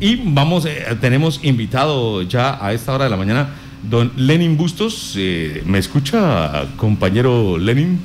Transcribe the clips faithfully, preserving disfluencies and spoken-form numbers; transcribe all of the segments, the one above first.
Y vamos, eh, tenemos invitado ya a esta hora de la mañana, don Lenin Bustos. Eh, ¿Me escucha, compañero Lenin?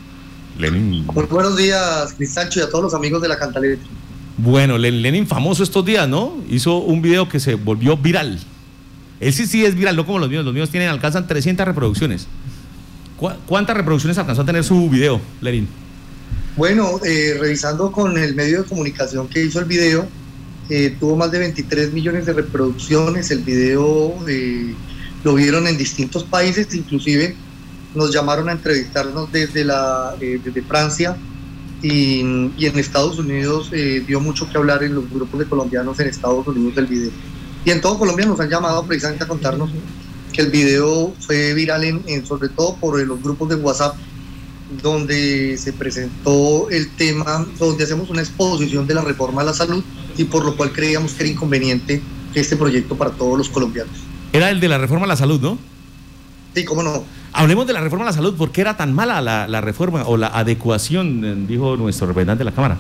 Lenin. Muy buenos días, Cristancho, y a todos los amigos de la Cantaleta. Bueno, Lenin famoso estos días, ¿no? Hizo un video que se volvió viral. Él sí, sí es viral, no como los míos. Los míos tienen, alcanzan trescientas reproducciones. ¿Cu ¿Cuántas reproducciones alcanzó a tener su video, Lenin? Bueno, eh, revisando con el medio de comunicación que hizo el video, eh, tuvo más de veintitrés millones de reproducciones. El video eh, lo vieron en distintos países, inclusive nos llamaron a entrevistarnos desde, la, eh, desde Francia y, y en Estados Unidos eh, dio mucho que hablar en los grupos de colombianos en Estados Unidos del video. Y en todo Colombia nos han llamado precisamente a contarnos que el video fue viral, en, en, sobre todo por los grupos de WhatsApp, donde se presentó el tema, donde hacemos una exposición de la reforma a la salud y por lo cual creíamos que era inconveniente este proyecto para todos los colombianos. Era el de la reforma a la salud, ¿no? Sí, cómo no. Hablemos de la reforma a la salud. ¿Por qué era tan mala la, la reforma o la adecuación, dijo nuestro representante de la Cámara?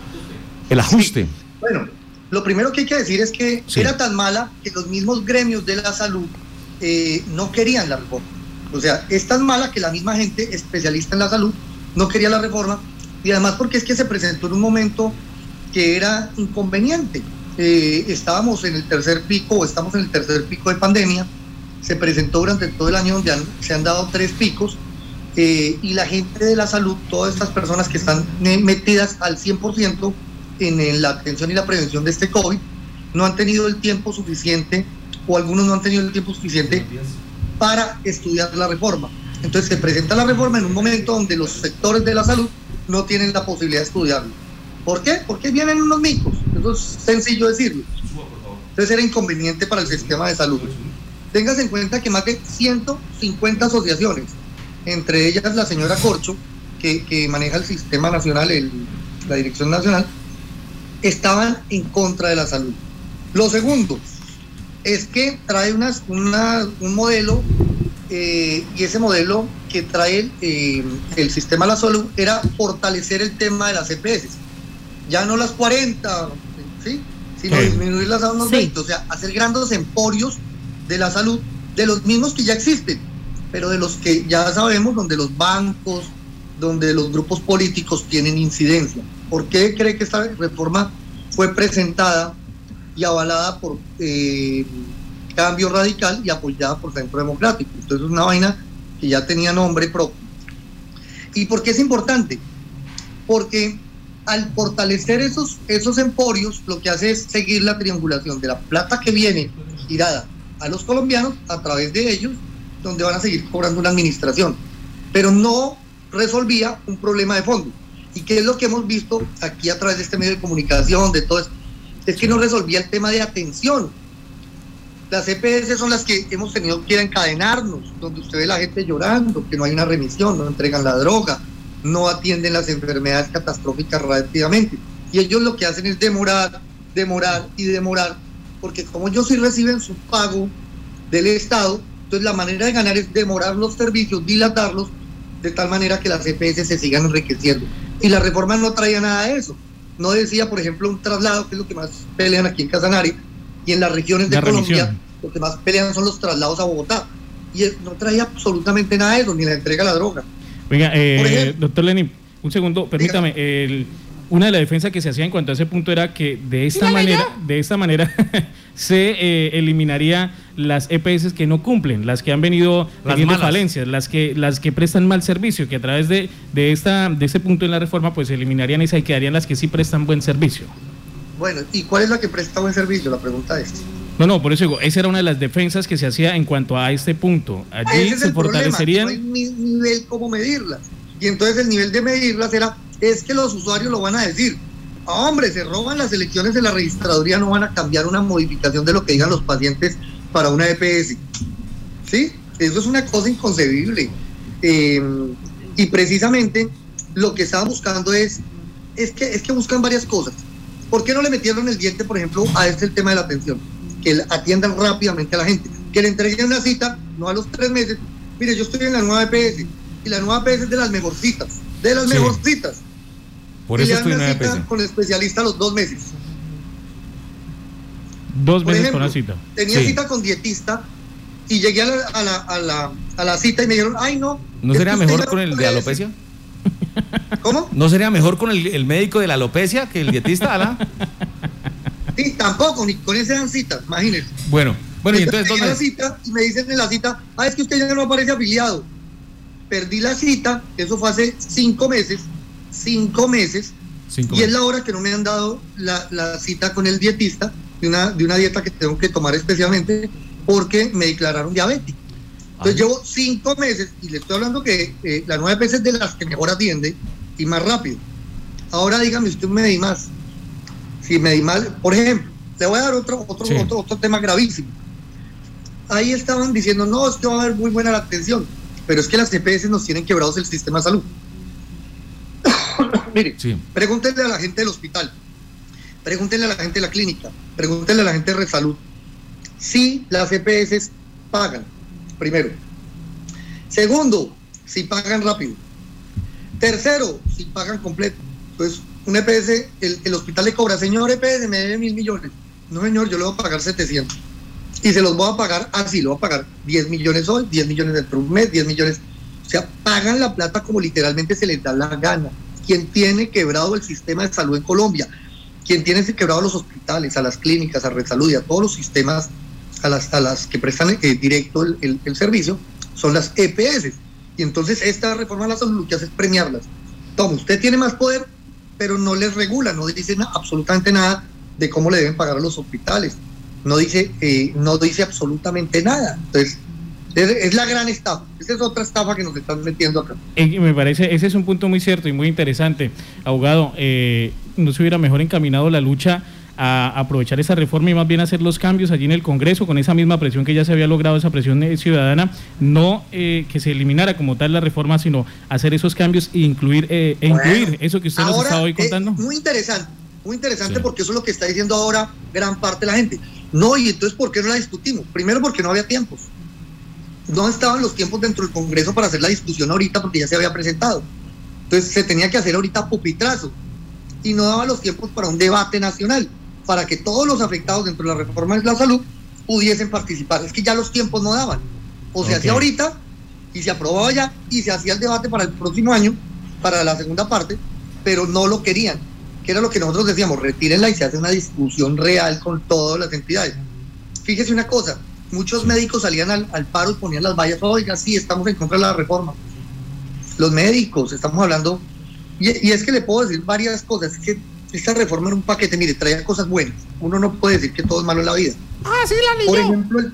El ajuste. Sí. Bueno, lo primero que hay que decir es que sí. Era tan mala que los mismos gremios de la salud eh, no querían la reforma. O sea, es tan mala que la misma gente especialista en la salud no quería la reforma, y además porque es que se presentó en un momento que era inconveniente. Eh, estábamos en el tercer pico, o estamos en el tercer pico de pandemia. Se presentó durante todo el año donde han, se han dado tres picos eh, y la gente de la salud, todas estas personas que están metidas al cien por ciento en, en la atención y la prevención de este COVID, no han tenido el tiempo suficiente, o algunos no han tenido el tiempo suficiente para estudiar la reforma. Entonces se presenta la reforma en un momento donde los sectores de la salud no tienen la posibilidad de estudiarlo. ¿Por qué? Porque vienen unos micos, eso es sencillo decirlo. Entonces era inconveniente para el sistema de salud. Tengas en cuenta que más de ciento cincuenta asociaciones, entre ellas la señora Corcho, que, que maneja el sistema nacional, el, la dirección nacional, estaban en contra de la salud. Lo segundo es que trae unas, una, un modelo, eh, y ese modelo que trae eh, el sistema de la salud era fortalecer el tema de las E P S, ya no las cuarenta, ¿sí? Sino sí. disminuirlas a unos sí. veinte, o sea, hacer grandes emporios de la salud, de los mismos que ya existen, pero de los que ya sabemos, donde los bancos, donde los grupos políticos tienen incidencia. ¿Por qué cree que esta reforma fue presentada y avalada por eh, Cambio Radical y apoyada por Centro Democrático? Entonces es una vaina que ya tenía nombre propio. ¿Y por qué es importante? Porque al fortalecer esos, esos emporios, lo que hace es seguir la triangulación de la plata que viene girada a los colombianos a través de ellos, donde van a seguir cobrando una administración, pero no resolvía un problema de fondo. ¿Y qué es lo que hemos visto aquí a través de este medio de comunicación, de todo esto? Es que no resolvía el tema de atención. Las E P S son las que hemos tenido que ir a encadenarnos, donde usted ve a la gente llorando, que no hay una remisión, no entregan la droga, no atienden las enfermedades catastróficas rápidamente, y ellos lo que hacen es demorar, demorar y demorar, porque como ellos sí reciben su pago del Estado, entonces la manera de ganar es demorar los servicios, dilatarlos, de tal manera que las E P S se sigan enriqueciendo. Y la reforma no traía nada de eso. No decía, por ejemplo, un traslado, que es lo que más pelean aquí en Casanare, y en las regiones de Colombia, lo que más pelean son los traslados a Bogotá. Y no traía absolutamente nada de eso, ni la entrega de la droga. Oiga, eh, ejemplo, doctor Lenin, un segundo, permítame, el... Una de las defensas que se hacía en cuanto a ese punto era que de esta Dígame manera, ya. de esta manera se eh, eliminaría las E P S que no cumplen, las que han venido teniendo falencias, las que las que prestan mal servicio, que a través de, de esta de ese punto en la reforma pues se eliminarían esa y quedarían las que sí prestan buen servicio. Bueno, ¿y cuál es la que presta buen servicio? La pregunta es. No, no, por eso digo, esa era una de las defensas que se hacía en cuanto a este punto. Allí se fortalecerían. Problema, no hay ni nivel cómo medirlas. Y entonces el nivel de medirlas era es que los usuarios lo van a decir. Ah, hombre, se roban las elecciones de la registraduría, no van a cambiar una modificación de lo que digan los pacientes para una E P S. ¿Sí? Eso es una cosa inconcebible. Eh, y precisamente lo que estaban buscando es, es que, es que buscan varias cosas. ¿Por qué no le metieron el diente, por ejemplo, a este el tema de la atención? Que atiendan rápidamente a la gente, que le entreguen la cita, no a los tres meses. Mire, yo estoy en la nueva E P S, y la nueva E P S es de las mejorcitas, de las sí. mejorcitas. Por eso y estoy en la E P S. Con el especialista a los dos meses. Dos veces ejemplo, con la cita. Tenía sí. cita con dietista y llegué a la, a, la, a, la, a la cita y me dijeron, ay no. ¿No sería mejor con el de alopecia? ¿Cómo? ¿No sería mejor con el, el médico de la alopecia que el dietista, Ala? Sí, tampoco, ni con ese dan cita, imagínense. Bueno, bueno, y entonces ¿dónde? La cita y me dicen en la cita, ah, es que usted ya no aparece afiliado. Perdí la cita, eso fue hace cinco meses, cinco meses, cinco y meses. Es la hora que no me han dado la, la cita con el dietista de una, de una dieta que tengo que tomar especialmente porque me declararon diabético. Entonces Ay. llevo cinco meses y le estoy hablando que eh, la nueve veces de las que mejor atiende y más rápido. Ahora dígame, usted me di más. Si me di mal, por ejemplo, le voy a dar otro, otro, sí. otro, otro tema gravísimo. Ahí estaban diciendo, no, es que va a haber muy buena la atención, pero es que las E P S nos tienen quebrados el sistema de salud. Mire, sí. pregúntenle a la gente del hospital, pregúntenle a la gente de la clínica, pregúntenle a la gente de Resalud si las E P S pagan, primero. Segundo, si pagan rápido. Tercero, si pagan completo. Entonces, un E P S, el, el hospital le cobra, señor E P S, me debe mil millones. No, señor, yo le voy a pagar setecientos. Y se los voy a pagar así, le voy a pagar diez millones hoy, diez millones dentro de un mes, diez millones. O sea, pagan la plata como literalmente se les da la gana. Quien tiene quebrado el sistema de salud en Colombia, quien tiene quebrado los hospitales, a las clínicas, a Resalud y a todos los sistemas a las, a las que prestan eh, directo el, el, el servicio, son las E P S. Y entonces esta reforma de la salud lo que hace es premiarlas. Toma, usted tiene más poder, pero no les regula, no dice na, absolutamente nada de cómo le deben pagar a los hospitales, no dice, eh, no dice absolutamente nada. Entonces, es, es la gran estafa, esa es otra estafa que nos están metiendo acá. Eh, me parece, ese es un punto muy cierto y muy interesante, abogado. Eh, ¿no se hubiera mejor encaminado la lucha a aprovechar esa reforma y más bien hacer los cambios allí en el Congreso con esa misma presión que ya se había logrado, esa presión eh, ciudadana, no eh, que se eliminara como tal la reforma, sino hacer esos cambios e incluir, eh, e bueno, incluir eso que usted nos está hoy contando? Muy interesante, muy interesante sí. Porque eso es lo que está diciendo ahora gran parte de la gente. No, y entonces, ¿por qué no la discutimos? Primero, porque no había tiempos. No estaban los tiempos dentro del Congreso para hacer la discusión ahorita porque ya se había presentado. Entonces, se tenía que hacer ahorita pupitrazo y no daba los tiempos para un debate nacional, para que todos los afectados dentro de la reforma de la salud pudiesen participar. Es que ya los tiempos no daban. O se okay. hacía ahorita y se aprobaba ya y se hacía el debate para el próximo año, para la segunda parte, pero no lo querían, que era lo que nosotros decíamos, retírenla y se hace una discusión real con todas las entidades. Fíjese una cosa, muchos médicos salían al, al paro y ponían las vallas, oiga, sí, estamos en contra de la reforma. Los médicos, estamos hablando, y, y es que le puedo decir varias cosas, es que esta reforma era un paquete, mire, traía cosas buenas. Uno no puede decir que todo es malo en la vida. Ah, sí, la por ejemplo, el,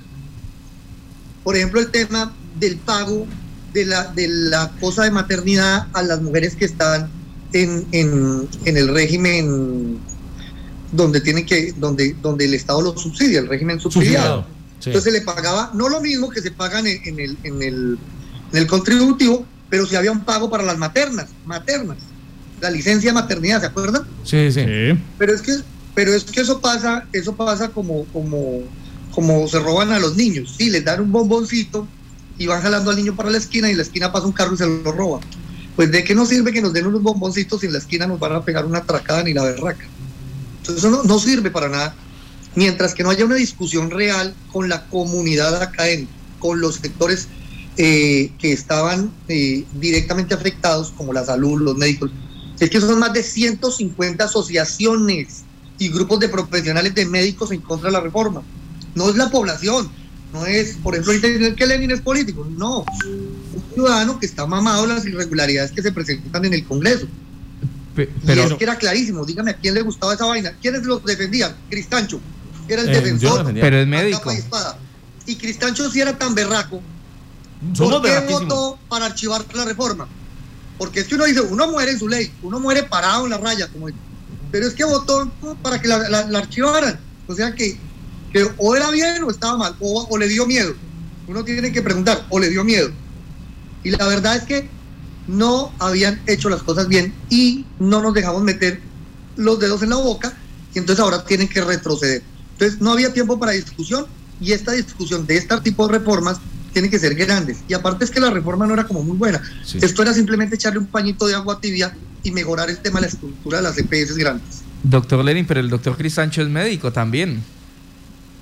por ejemplo, el tema del pago de la, de la cosa de maternidad a las mujeres que están en, en, en el régimen donde tienen que, donde, donde el Estado los subsidia, el régimen subsidiado. Sí. Entonces se le pagaba, no lo mismo que se pagan en, en, el, en, el, en el contributivo, pero si había un pago para las maternas, maternas. La licencia de maternidad, ¿se acuerdan? Sí, sí. Pero es que, pero es que eso pasa, eso pasa como, como, como se roban a los niños. Sí, les dan un bomboncito y van jalando al niño para la esquina y en la esquina pasa un carro y se lo roba. Pues ¿de qué nos sirve que nos den unos bomboncitos si en la esquina nos van a pegar una atracada ni la berraca? Entonces eso no, no sirve para nada. Mientras que no haya una discusión real con la comunidad académica, con los sectores eh, que estaban eh, directamente afectados, como la salud, los médicos. Es que son más de ciento cincuenta asociaciones y grupos de profesionales de médicos en contra de la reforma. No es la población, no es, por ejemplo, el que Lenin es político, no. Un ciudadano que está mamado de las irregularidades que se presentan en el Congreso. Pero, y es que era clarísimo, dígame a quién le gustaba esa vaina. ¿Quiénes los defendían? Cristancho, era el eh, defensor. Pero es médico. Y Cristancho sí era tan berraco. ¿Por qué votó para archivar la reforma? Porque es que uno dice, uno muere en su ley, uno muere parado en la raya, como dice. Pero es que votó para que la, la, la archivaran. O sea que, que o era bien o estaba mal, o, o le dio miedo. Uno tiene que preguntar, o le dio miedo. Y la verdad es que no habían hecho las cosas bien y no nos dejamos meter los dedos en la boca y entonces ahora tienen que retroceder. Entonces no había tiempo para discusión y esta discusión de este tipo de reformas tienen que ser grandes. Y aparte es que la reforma no era como muy buena. Sí. Esto era simplemente echarle un pañito de agua tibia y mejorar el tema de la estructura de las E P S grandes. Doctor Lenin, pero el doctor Cristancho es médico también.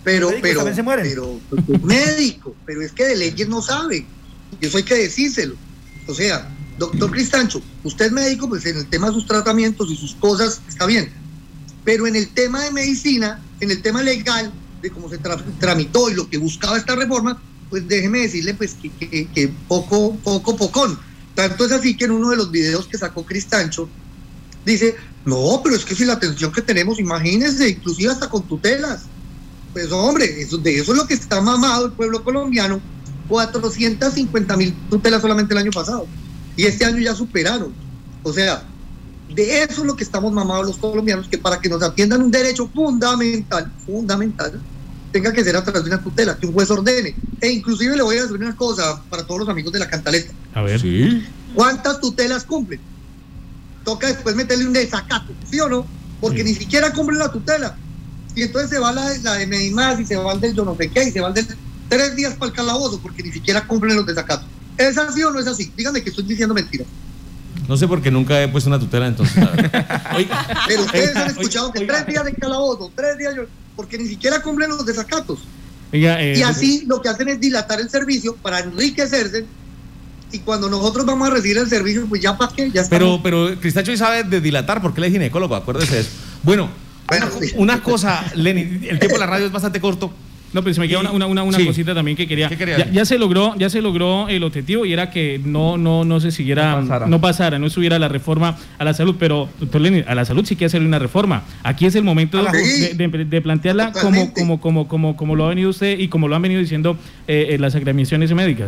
pero, médicos pero, también se mueren. pero, pero, médico, pero es que de leyes no sabe, y eso hay que decírselo. O sea, doctor Cristancho, usted es médico, pues en el tema de sus tratamientos y sus cosas está bien, pero en el tema de medicina, en el tema legal, de cómo se tra tramitó y lo que buscaba esta reforma, pues déjeme decirle pues que, que, que poco, poco, pocón. Tanto es así que en uno de los videos que sacó Cristancho, dice, no, pero es que si la atención que tenemos, imagínense, inclusive hasta con tutelas. Pues hombre, eso, de eso es lo que está mamado el pueblo colombiano, cuatrocientas cincuenta mil tutelas solamente el año pasado. Y este año ya superaron. O sea, de eso es lo que estamos mamados los colombianos, que para que nos atiendan un derecho fundamental, fundamental, tenga que ser a través de una tutela, que un juez ordene. E inclusive le voy a decir una cosa para todos los amigos de la cantaleta. A ver. Sí. ¿Cuántas tutelas cumplen? Toca después meterle un desacato, ¿sí o no? Porque sí. Ni siquiera cumplen la tutela. Y entonces se va la, la de Medimás y se va el del yo no sé qué y se va el del tres días para el calabozo porque ni siquiera cumplen los desacatos. ¿Es así o no es así? Díganme que estoy diciendo mentiras. No sé por qué nunca he puesto una tutela entonces. Oiga, pero ustedes han escuchado que tres días de calabozo, tres días, yo, porque ni siquiera cumplen los desacatos. Oiga, eh, y así lo que hacen es dilatar el servicio para enriquecerse. Y cuando nosotros vamos a recibir el servicio, pues ya para qué, ya estamos. Pero, pero Cristancho hoy sabe de dilatar, porque él es ginecólogo, acuérdese de eso. Bueno, bueno una, sí. una cosa, Lenny, el tiempo de la radio es bastante corto. No, pero se me queda una, una, una, una sí. cosita también que quería. quería ya, ya se logró, ya se logró el objetivo y era que no, no, no se siguiera, no pasara. no pasara, no subiera la reforma a la salud, pero doctor Lenny, a la salud sí que hacerle una reforma. Aquí es el momento de, de, de, de plantearla como, como, como, como, como lo ha venido usted y como lo han venido diciendo eh, eh, las agremiaciones médicas.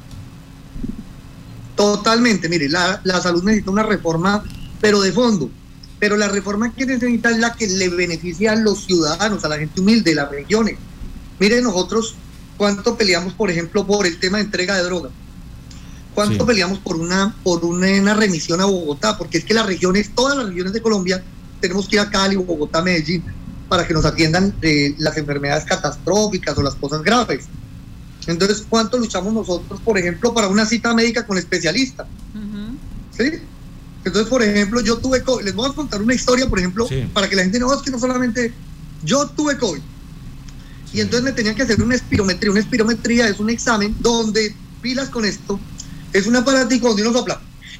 Totalmente, mire, la, la salud necesita una reforma, pero de fondo. Pero la reforma que necesita es la que le beneficia a los ciudadanos, a la gente humilde de las regiones. Miren nosotros cuánto peleamos, por ejemplo, por el tema de entrega de droga. Cuánto sí. peleamos por una por una, una remisión a Bogotá, porque es que las regiones, todas las regiones de Colombia, tenemos que ir a Cali, Bogotá, Medellín, para que nos atiendan eh, las enfermedades catastróficas o las cosas graves. Entonces, ¿cuánto luchamos nosotros, por ejemplo, para una cita médica con especialista? Uh-huh. ¿Sí? Entonces, por ejemplo, yo tuve COVID. Les voy a contar una historia, por ejemplo, sí. para que la gente no, es que no solamente yo tuve COVID. Y entonces me tenían que hacer una espirometría. Una espirometría es un examen donde, pilas con esto, es un aparatico donde uno sopla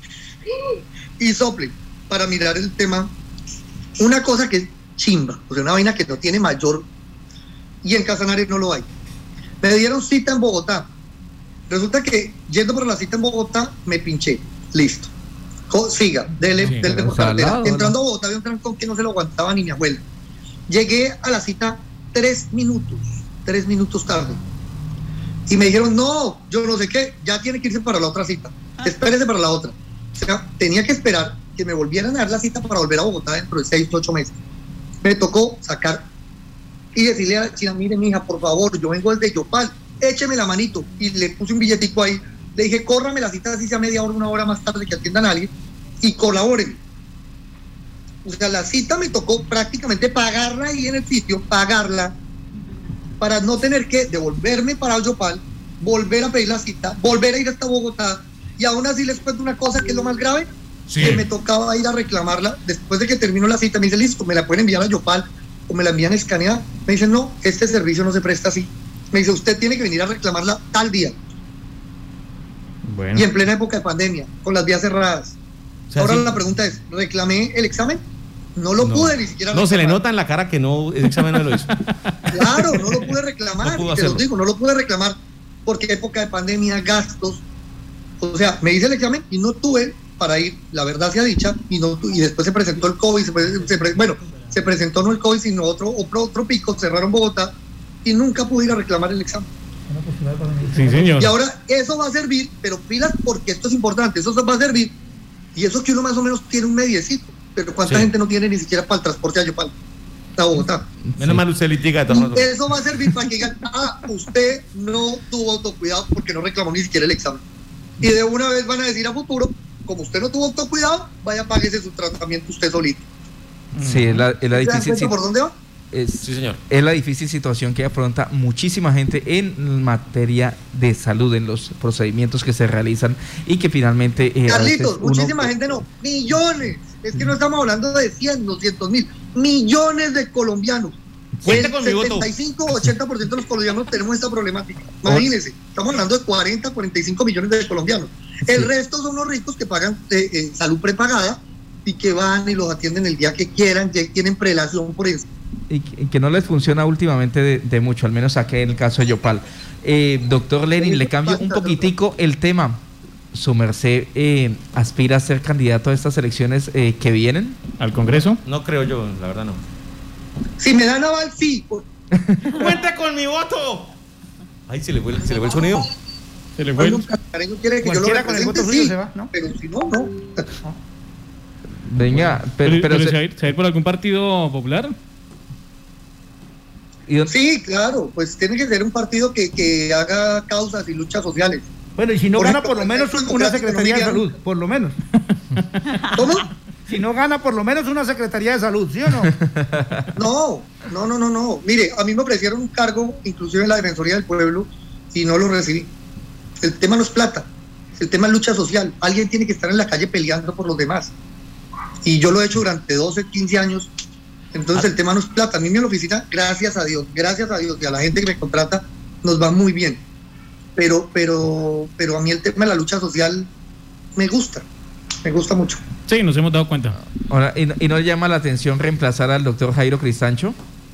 y sople para mirar el tema. Una cosa que es chimba, o sea, una vaina que no tiene mayor, y en Casanare no lo hay. Me dieron cita en Bogotá. Resulta que yendo por la cita en Bogotá me pinché. Listo. Co siga, dele, sí, dele por carretera. Entrando a Bogotá había un trancón que no se lo aguantaba ni mi abuela. Llegué a la cita tres minutos, tres minutos tarde. Y me dijeron, no, yo no sé qué, ya tiene que irse para la otra cita. Espérese para la otra. O sea, tenía que esperar que me volvieran a dar la cita para volver a Bogotá dentro de seis, ocho meses. Me tocó sacar y decirle a la chica, mire, mija, por favor, yo vengo desde Yopal, écheme la manito. Y le puse un billetico ahí. Le dije, córrame la cita así sea media hora, una hora más tarde que atiendan a alguien y colabórenme. O sea, la cita me tocó prácticamente pagarla ahí en el sitio, pagarla, para no tener que devolverme para Yopal, volver a pedir la cita, volver a ir hasta Bogotá. Y aún así les cuento una cosa que es lo más grave, sí. que me tocaba ir a reclamarla. Después de que terminó la cita, me dice, listo, me la pueden enviar a Yopal o me la envían escaneada. Me dicen, no, este servicio no se presta así. Me dice, usted tiene que venir a reclamarla tal día. Bueno. Y en plena época de pandemia, con las vías cerradas. O sea, ahora sí. La pregunta es, ¿reclamé el examen? No lo no. pude ni siquiera No, reclamar. Se le nota en la cara que no, el examen no lo hizo. Claro, no lo pude reclamar, no y te lo digo, no lo pude reclamar porque época de pandemia, gastos. O sea, me hice el examen y no tuve para ir, la verdad sea dicha, y no y después se presentó el COVID, se, se, bueno, se presentó no el COVID, sino otro, otro, otro pico, cerraron Bogotá y nunca pude ir a reclamar el examen. Sí, señor. Y ahora eso va a servir, pero pilas porque esto es importante, eso va a servir, y eso que uno más o menos tiene un mediecito, pero cuánta sí. gente no tiene ni siquiera para el transporte a Yopal, a Bogotá. Menos sí. mal usted litiga. Eso va a servir para que digan, ah, usted no tuvo autocuidado porque no reclamó ni siquiera el examen. Y de una vez van a decir a futuro, como usted no tuvo autocuidado, vaya, páguese su tratamiento usted solito. Sí, es la, es la difícil. ¿Por dónde va? Es, sí, señor. Es la difícil situación que afronta muchísima gente en materia de salud, en los procedimientos que se realizan y que finalmente... Eh, Carlitos, muchísima uno... gente no, millones. Es que no estamos hablando de cien, doscientos mil, millones de colombianos Cuenta con mi voto. setenta y cinco o ochenta por ciento de los colombianos tenemos esta problemática. Imagínense, estamos hablando de cuarenta, cuarenta y cinco millones de colombianos. El sí. resto son los ricos que pagan eh, eh, salud prepagada y que van y los atienden el día que quieran, que tienen prelación por eso. Y que, y que no les funciona últimamente de, de mucho, al menos aquí en el caso de Yopal. Eh, doctor Lenin, le cambio un poquitico el tema. ¿Su merced eh, aspira a ser candidato a estas elecciones eh, que vienen? ¿Al Congreso? No creo yo, la verdad no. Si me dan aval, sí. ¡Cuenta con mi voto! Ay, se le fue, se le fue el sonido. Se le fue el... Careño quiere que yo lo represente, con el voto suyo sí, se va, ¿no? Pero si no, no. Venga, pero... pero, pero pero se... ¿se va a ir, ¿se va a ir por algún partido popular? Sí, claro, pues tiene que ser un partido que, que haga causas y luchas sociales. Bueno, y si no por gana ejemplo, por lo menos un, una Secretaría de Salud, por lo menos. ¿Cómo? Si no gana por lo menos una Secretaría de Salud, ¿sí o no? No, no, no, no, no. Mire, a mí me ofrecieron un cargo, inclusive en la Defensoría del Pueblo, y no lo recibí. El tema no es plata, el tema es lucha social. Alguien tiene que estar en la calle peleando por los demás. Y yo lo he hecho durante doce, quince años. Entonces ah. el tema no es plata. A mí en la oficina, gracias a Dios, gracias a Dios y a la gente que me contrata, nos va muy bien. Pero, pero, pero a mí el tema de la lucha social me gusta, me gusta mucho. Sí, nos hemos dado cuenta. Ahora, ¿y no, y no le llama la atención reemplazar al doctor Jairo Cristancho?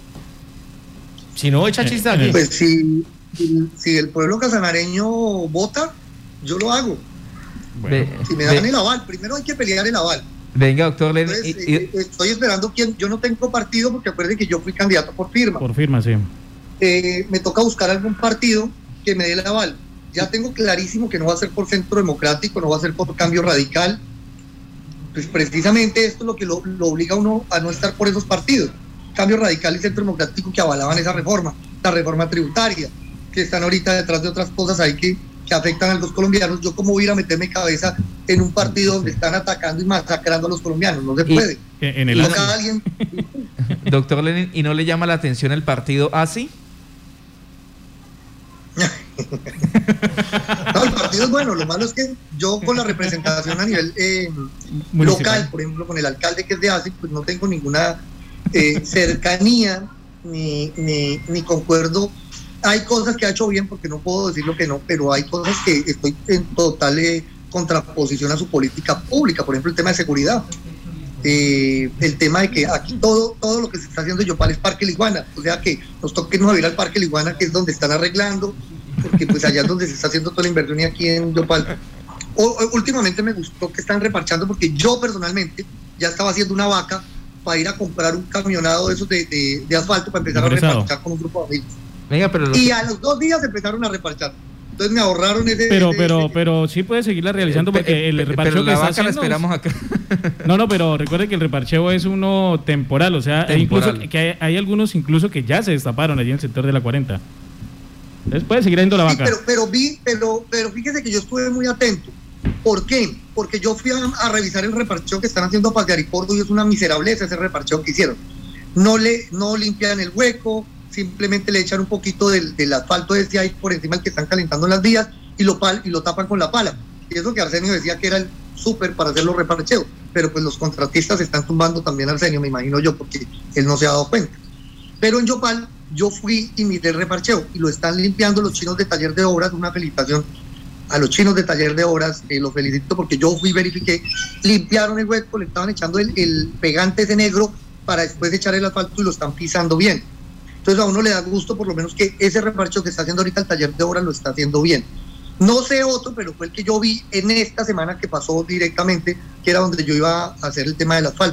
Si no, echa chiste aquí. Pues si, si, si el pueblo casanareño vota, yo lo hago. Bueno, ve, si me dan ve, el aval, primero hay que pelear el aval. Venga, doctor Lenin. Entonces, y, y, estoy esperando quien, yo no tengo partido porque acuérdense que yo fui candidato por firma. Por firma, sí. Eh, me toca buscar algún partido que me dé el aval. Ya tengo clarísimo que no va a ser por Centro Democrático, no va a ser por Cambio Radical. Pues precisamente esto es lo que lo, lo obliga a uno a no estar por esos partidos. Cambio Radical y Centro Democrático que avalaban esa reforma, la reforma tributaria, que están ahorita detrás de otras cosas ahí que, que afectan a los colombianos. Yo cómo voy a ir a meterme cabeza en un partido donde están atacando y masacrando a los colombianos, no se puede. Y, en el alguien... Doctor Lenin, ¿y no le llama la atención el partido A S I? No, el partido es bueno, lo malo es que yo con la representación a nivel eh, local, por ejemplo con el alcalde que es de A S I, pues no tengo ninguna eh, cercanía ni, ni, ni concuerdo. Hay cosas que ha hecho bien, porque no puedo decir lo que no, pero hay cosas que estoy en total eh, contraposición a su política pública, por ejemplo el tema de seguridad. Eh, el tema de que aquí todo todo lo que se está haciendo en Yopal es Parque Liguana, o sea que nos toque irnos a ir al Parque Liguana, que es donde están arreglando, porque pues allá es donde se está haciendo toda la inversión, y aquí en Yopal o, o, últimamente me gustó que están reparchando, porque yo personalmente ya estaba haciendo una vaca para ir a comprar un camionado de esos de, de, de asfalto para empezar a reparchar con un grupo de amigos. Venga, pero y a los dos días empezaron a reparchar. Entonces me ahorraron ese... Pero, ese, pero, ese, pero sí puede seguirla realizando, porque el reparcheo pero la que está vaca la haciendo... esperamos acá. No, no, pero recuerde que el reparcheo es uno temporal, o sea, temporal. Incluso que hay, hay algunos incluso que ya se destaparon allí en el sector de la cuarenta. Entonces puede seguir haciendo la vaca. Sí, pero, pero vi, pero, pero fíjese que yo estuve muy atento. ¿Por qué? Porque yo fui a, a revisar el reparcheo que están haciendo a Paz de Aripordo, y es una miserableza ese reparcheo que hicieron. No le, no limpian el hueco, simplemente le echan un poquito del, del asfalto ese ahí por encima del que están calentando las vías, y lo, pal, y lo tapan con la pala. Y eso que Arsenio decía que era el súper para hacer los reparcheos, pero pues los contratistas están tumbando también a Arsenio, me imagino yo, porque él no se ha dado cuenta. Pero en Yopal yo fui y miré el reparcheo, y lo están limpiando los chinos de Taller de Obras. Una felicitación a los chinos de Taller de Obras, eh, los felicito porque yo fui y verifiqué, limpiaron el hueco, le estaban echando el, el pegante ese negro para después echar el asfalto, y lo están pisando bien. Entonces a uno le da gusto por lo menos que ese reparcheo que está haciendo ahorita el Taller de Obras lo está haciendo bien. No sé otro, pero fue el que yo vi en esta semana que pasó directamente, que era donde yo iba a hacer el tema del asfalto.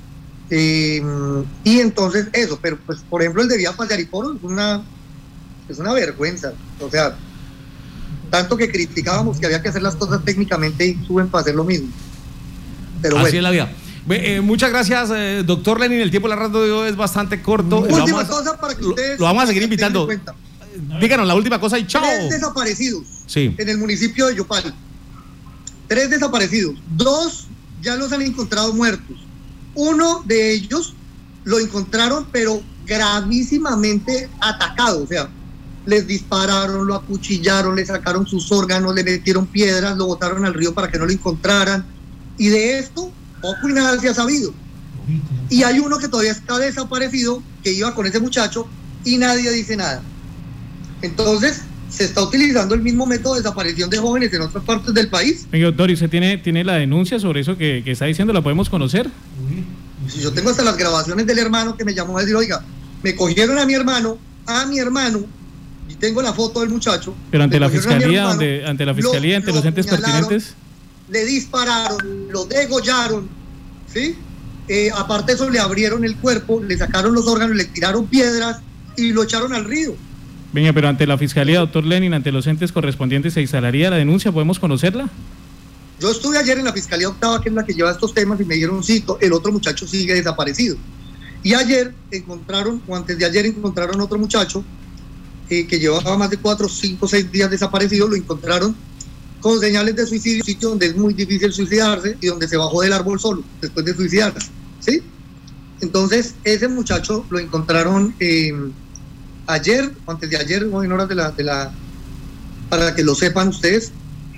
Eh, y entonces eso, pero pues por ejemplo el de Vía Paz de Ariporo es una, es una vergüenza. O sea, tanto que criticábamos que había que hacer las cosas técnicamente y suben para hacer lo mismo. Pero así bueno. es la vida. Eh, muchas gracias, eh, doctor Lenin. El tiempo de la radio es bastante corto. Última vamos, cosa para que ustedes... Lo, lo vamos a seguir invitando. Díganos la última cosa y chao. Tres desaparecidos sí. en el municipio de Yopal. Tres desaparecidos. Dos ya los han encontrado muertos. Uno de ellos lo encontraron, pero gravísimamente atacado. O sea, les dispararon, lo acuchillaron, le sacaron sus órganos, le metieron piedras, lo botaron al río para que no lo encontraran. Y de esto, poco y nada se ha sabido. Y hay uno que todavía está desaparecido, que iba con ese muchacho y nadie dice nada. Entonces, se está utilizando el mismo método de desaparición de jóvenes en otras partes del país. Oye, doctor, ¿y usted tiene, tiene la denuncia sobre eso que, que está diciendo? ¿La podemos conocer? Yo tengo hasta las grabaciones del hermano que me llamó a decir, oiga, me cogieron a mi hermano, a mi hermano, y tengo la foto del muchacho. Pero ante la fiscalía, hermano, donde, ante la fiscalía, lo, ante lo los entes pertinentes. Le dispararon, lo degollaron, ¿sí? Eh, aparte de eso, le abrieron el cuerpo, le sacaron los órganos, le tiraron piedras y lo echaron al río. Venga, pero ante la fiscalía, doctor Lenin, ante los entes correspondientes, ¿se instalaría la denuncia? ¿Podemos conocerla? Yo estuve ayer en la Fiscalía Octava, que es la que lleva estos temas, y me dieron cito, el otro muchacho sigue desaparecido. Y ayer encontraron, o antes de ayer encontraron otro muchacho eh, que llevaba más de cuatro, cinco, seis días desaparecido, lo encontraron con señales de suicidio, sitio donde es muy difícil suicidarse y donde se bajó del árbol solo después de suicidarse, ¿sí? Entonces, ese muchacho lo encontraron eh, ayer, o antes de ayer, o en horas de la, de la, para que lo sepan ustedes.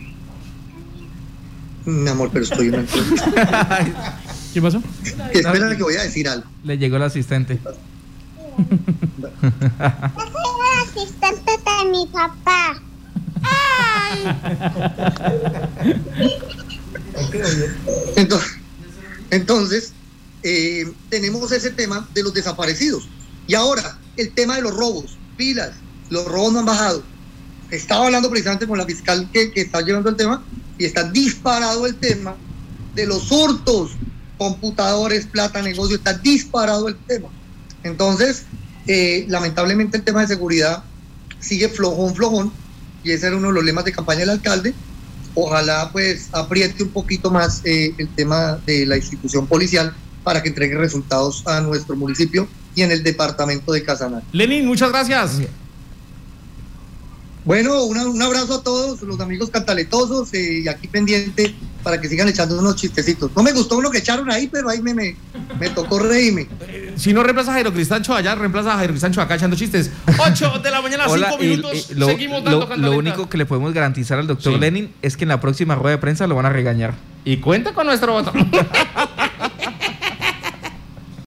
Mi amor, pero estoy en el... ¿Qué pasó? Que espera que voy a decir algo. Le llegó el asistente. Yo soy el asistente de mi papá. Entonces, entonces eh, tenemos ese tema de los desaparecidos. Y ahora, el tema de los robos, pilas, los robos no han bajado. Estaba hablando precisamente con la fiscal que, que está llevando el tema y está disparado el tema de los hurtos, computadores, plata, negocio, está disparado el tema. Entonces, eh, lamentablemente el tema de seguridad sigue flojón, flojón, y ese era uno de los lemas de campaña del alcalde. Ojalá pues apriete un poquito más eh, el tema de la institución policial para que entregue resultados a nuestro municipio y en el departamento de Casanare. Lenin, muchas gracias. Bueno, una, un abrazo a todos los amigos cantaletosos eh, y aquí pendiente para que sigan echando unos chistecitos. No me gustó uno que echaron ahí, pero ahí me, me, me tocó reírme. Eh, si no reemplaza a Jairo Cristancho allá, reemplaza a Jairo Cristancho acá echando chistes. ocho de la mañana, cinco minutos. Y, y, lo, seguimos dando lo, cantaleta. Lo único que le podemos garantizar al doctor Sí. Lenin es que en la próxima rueda de prensa lo van a regañar. Y cuenta con nuestro voto.